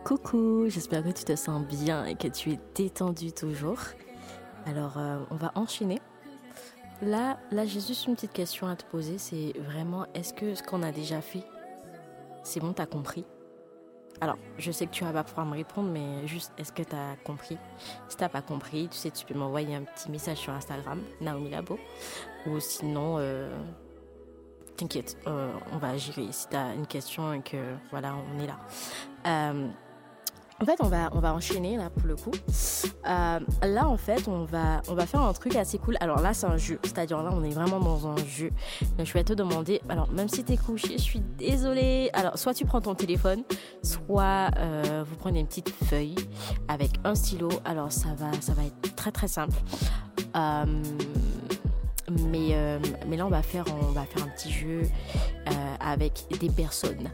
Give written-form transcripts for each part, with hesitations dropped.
Coucou, j'espère que tu te sens bien et que tu es détendu toujours. Alors, on va enchaîner. Là, j'ai juste une petite question à te poser. C'est vraiment, est-ce que ce qu'on a déjà fait, c'est bon, t'as compris? Alors, je sais que tu vas pas pouvoir me répondre, mais juste, est-ce que t'as compris? Si t'as pas compris, tu sais, tu peux m'envoyer un petit message sur Instagram, Naomi Labo. Ou sinon, t'inquiète, on va gérer. Si t'as une question et que, voilà, on est là. En fait, on va enchaîner là pour le coup. Là, en fait, on va faire un truc assez cool. Alors là, c'est un jeu. C'est-à-dire là, on est vraiment dans un jeu. Donc, je vais te demander. Alors, même si t'es couché, je suis désolée. Alors, soit tu prends ton téléphone, soit vous prenez une petite feuille avec un stylo. Alors, ça va être très très simple. Mais là, on va faire un petit jeu avec des personnes.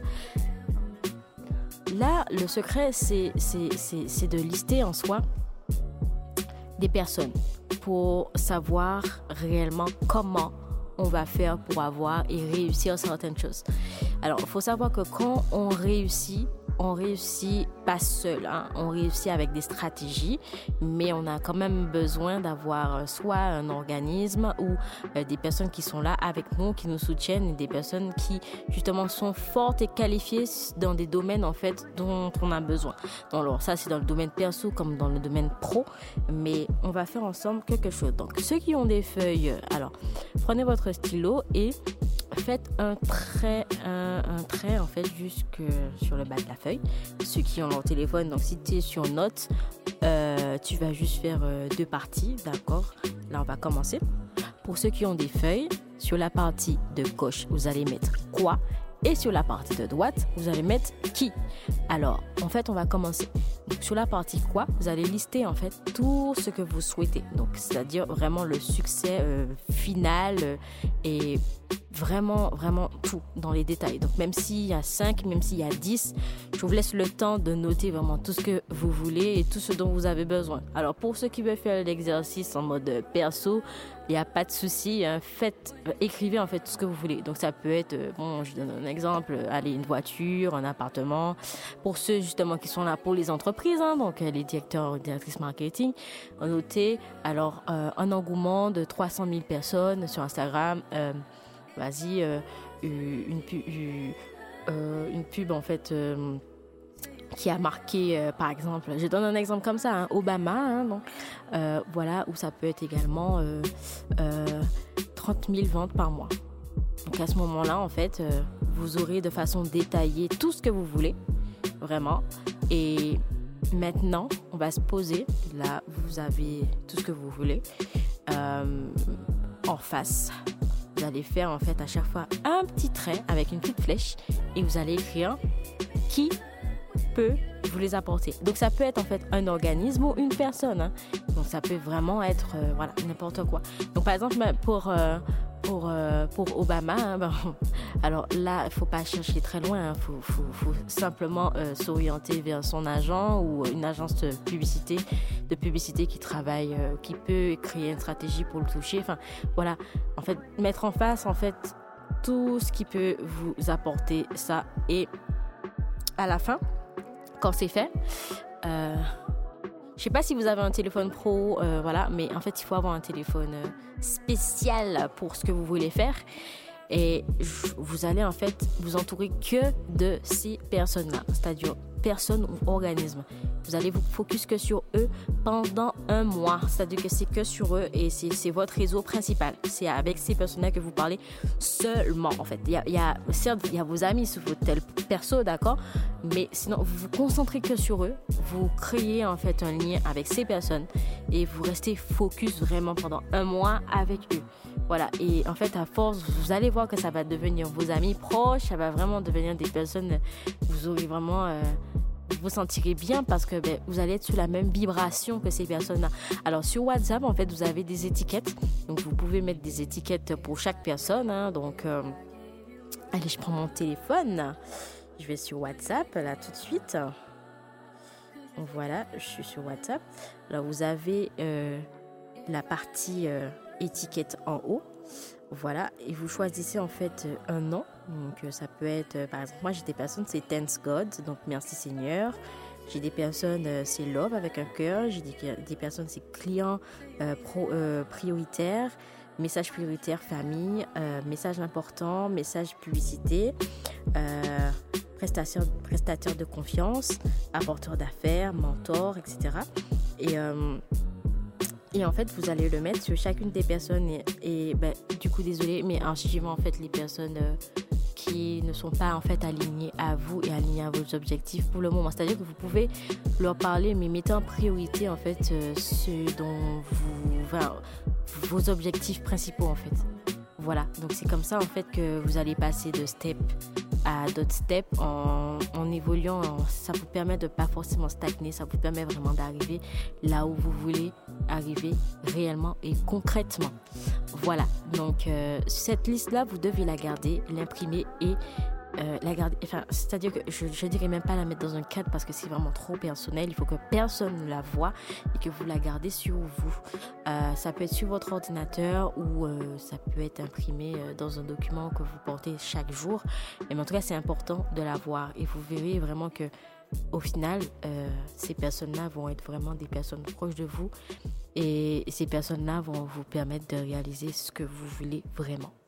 Là, le secret, c'est de lister en soi des personnes pour savoir réellement comment on va faire pour avoir et réussir certaines choses. Alors, il faut savoir que quand on réussit pas seul, hein. On réussit avec des stratégies, mais on a quand même besoin d'avoir soit un organisme ou des personnes qui sont là avec nous, qui nous soutiennent, et des personnes qui justement sont fortes et qualifiées dans des domaines en fait dont on a besoin. Donc, alors ça, c'est dans le domaine perso comme dans le domaine pro, mais on va faire ensemble quelque chose. Donc ceux qui ont des feuilles, alors prenez votre stylo et faites un trait en fait jusque sur le bas de la feuille. Ceux qui ont leur téléphone, donc si tu es sur notes, tu vas juste faire deux parties, d'accord? Là, on va commencer. Pour ceux qui ont des feuilles, sur la partie de gauche, vous allez mettre quoi? Et sur la partie de droite, vous allez mettre qui? Alors, en fait, on va commencer. Donc, sur la partie quoi, vous allez lister en fait tout ce que vous souhaitez. Donc, c'est-à-dire vraiment le succès final et vraiment tout dans les détails. Donc, même s'il y a 5, même s'il y a 10, je vous laisse le temps de noter vraiment tout ce que vous voulez et tout ce dont vous avez besoin. Alors, pour ceux qui veulent faire l'exercice en mode perso, il n'y a pas de souci, hein. Écrivez en fait tout ce que vous voulez. Donc ça peut être, je donne un exemple, allez, une voiture, un appartement. Pour ceux justement qui sont là pour les entreprises, hein, donc les directeurs, directrices marketing, notez alors un engouement de 300 000 personnes sur Instagram. Une pub en fait. Qui a marqué, par exemple, je donne un exemple comme ça, hein, Obama, hein, donc, voilà, où ça peut être également 30 000 ventes par mois. Donc à ce moment-là, en fait, vous aurez de façon détaillée tout ce que vous voulez, vraiment. Et maintenant, on va se poser. Là, vous avez tout ce que vous voulez en face. Vous allez faire en fait à chaque fois un petit trait avec une petite flèche et vous allez écrire qui peut vous les apporter. Donc ça peut être en fait un organisme ou une personne, hein. Donc ça peut vraiment être n'importe quoi. Donc par exemple pour Obama, hein, alors là il faut pas chercher très loin, hein. Faut simplement s'orienter vers son agent ou une agence de publicité qui travaille, qui peut créer une stratégie pour le toucher. Enfin voilà, en fait mettre en face en fait tout ce qui peut vous apporter ça. Et à la fin, quand c'est fait, je sais pas si vous avez un téléphone pro, mais en fait il faut avoir un téléphone spécial pour ce que vous voulez faire. Et vous allez en fait vous entourer que de ces personnes-là, c'est-à-dire personnes ou organismes. Vous allez vous focus que sur eux pendant un mois, c'est-à-dire que c'est que sur eux et c'est votre réseau principal. C'est avec ces personnes-là que vous parlez seulement, en fait. Certes, il y a vos amis sur votre tel perso, d'accord, mais sinon, vous vous concentrez que sur eux, vous créez en fait un lien avec ces personnes et vous restez focus vraiment pendant un mois avec eux. Voilà, et en fait, à force, vous allez voir que ça va devenir vos amis proches, ça va vraiment devenir des personnes, vous aurez vraiment... vous sentirez bien parce que vous allez être sur la même vibration que ces personnes-là. Alors sur WhatsApp, en fait, vous avez des étiquettes. Donc vous pouvez mettre des étiquettes pour chaque personne, hein. Donc, allez, je prends mon téléphone. Je vais sur WhatsApp, là, tout de suite. Voilà, je suis sur WhatsApp. Là, vous avez la partie étiquette en haut. Voilà, et vous choisissez en fait un nom. Donc ça peut être, par exemple, moi j'ai des personnes, c'est Thanks God, donc merci Seigneur. J'ai des personnes, c'est love avec un cœur. J'ai des personnes, c'est client prioritaire, message prioritaire famille, message important, message publicité, prestataire de confiance, apporteur d'affaires, mentor, etc. Et en fait, vous allez le mettre sur chacune des personnes. Et du coup, désolé, mais archivement, en fait, les personnes qui ne sont pas en fait alignées à vous et alignées à vos objectifs pour le moment. C'est-à-dire que vous pouvez leur parler, mais mettez en priorité en fait vos objectifs principaux en fait. Voilà, donc c'est comme ça en fait que vous allez passer de step à d'autres steps en évoluant. Ça vous permet de pas forcément stagner, ça vous permet vraiment d'arriver là où vous voulez arriver réellement et concrètement. Voilà, donc cette liste-là, vous devez la garder, l'imprimer et la garder. Enfin, c'est-à-dire que je dirais même pas la mettre dans un cadre parce que c'est vraiment trop personnel. Il faut que personne ne la voie et que vous la gardez sur vous. Ça peut être sur votre ordinateur ou ça peut être imprimé dans un document que vous portez chaque jour. Mais en tout cas, c'est important de la voir et vous verrez vraiment que au final, ces personnes-là vont être vraiment des personnes proches de vous et ces personnes-là vont vous permettre de réaliser ce que vous voulez vraiment.